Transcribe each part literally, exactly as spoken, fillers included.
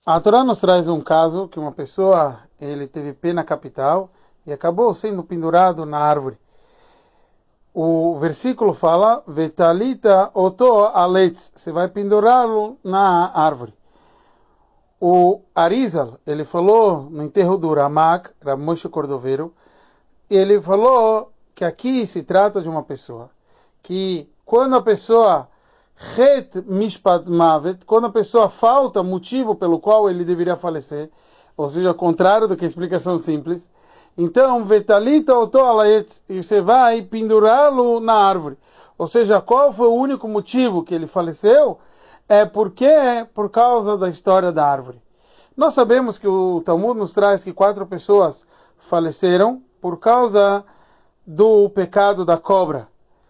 A Torá nos traz um caso que uma pessoa ele teve pena capital e acabou sendo pendurado na árvore. O versículo fala: Vetalita oto aletz, você vai pendurá-lo na árvore. O Arizal, ele falou no enterro do Ramak, Rav Moshe Cordovero, ele falou que aqui se trata de uma pessoa que quando a pessoa Het mishpat mavet, quando a pessoa falta motivo pelo qual ele deveria falecer, ou seja, ao contrário do que a explicação simples, então, vetalita oto alaetz, e você vai pendurá-lo na árvore. Ou seja, qual foi o único motivo que ele faleceu? É porque por causa da história da árvore. Nós sabemos que o Talmud nos traz que quatro pessoas faleceram por causa do pecado da cobra.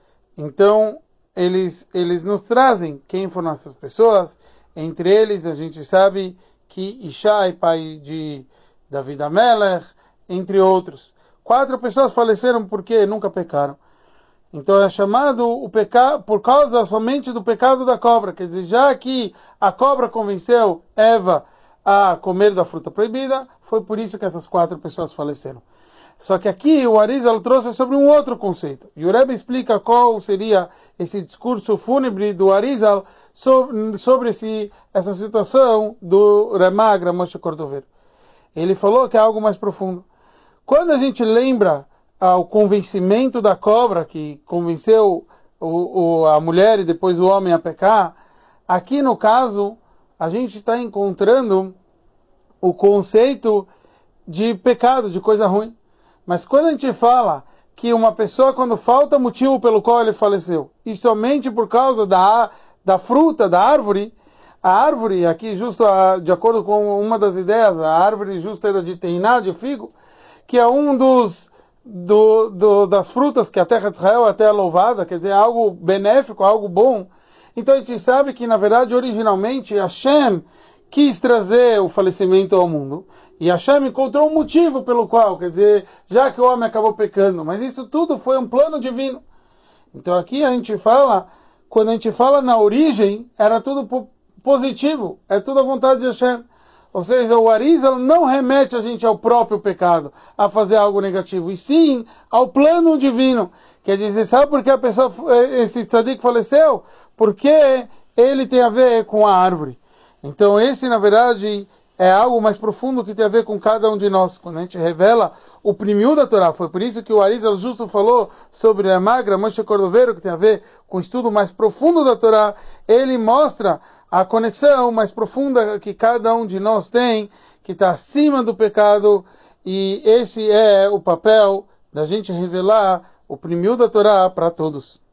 Então, eles, eles nos trazem quem foram essas pessoas. Entre eles, a gente sabe que Ishai, pai de David Amelech, entre outros. Quatro pessoas faleceram porque nunca pecaram. Então é chamado o pecado por causa somente do pecado da cobra. Quer dizer, já que a cobra convenceu Eva a comer da fruta proibida, foi por isso que essas quatro pessoas faleceram. Só que aqui o Arizal trouxe sobre um outro conceito. E o Rebbe explica qual seria esse discurso fúnebre do Arizal sobre, sobre esse, essa situação do Remagra Moshe Cordovero. Ele falou que é algo mais profundo. Quando a gente lembra ah, o convencimento da cobra, que convenceu o, o, a mulher e depois o homem a pecar, aqui no caso, a gente está encontrando o conceito de pecado, de coisa ruim. Mas quando a gente fala que uma pessoa, quando falta motivo pelo qual ele faleceu, e somente por causa da, da fruta, da árvore, a árvore, aqui justo a, de acordo com uma das ideias, a árvore justo era de teiná, de figo, que é um dos do, do, das frutas que a terra de Israel até é louvada, quer dizer, algo benéfico, algo bom. Então a gente sabe que, na verdade, originalmente, Hashem quis trazer o falecimento ao mundo. E Hashem encontrou um motivo pelo qual, quer dizer, já que o homem acabou pecando. Mas isso tudo foi um plano divino. Então aqui a gente fala, quando a gente fala na origem, era tudo positivo. É tudo a vontade de Hashem. Ou seja, o Arizal não remete a gente ao próprio pecado, a fazer algo negativo, e sim ao plano divino. Quer dizer, sabe por que a pessoa, esse tzadik faleceu? Porque ele tem a ver com a árvore. Então esse, na verdade, é algo mais profundo que tem a ver com cada um de nós. Quando a gente revela o primiu da Torá, foi por isso que o Arizal justo falou sobre a magra Moshe Cordovero, que tem a ver com o estudo mais profundo da Torá. Ele mostra a conexão mais profunda que cada um de nós tem, que está acima do pecado, e esse é o papel da gente revelar o primiu da Torá para todos.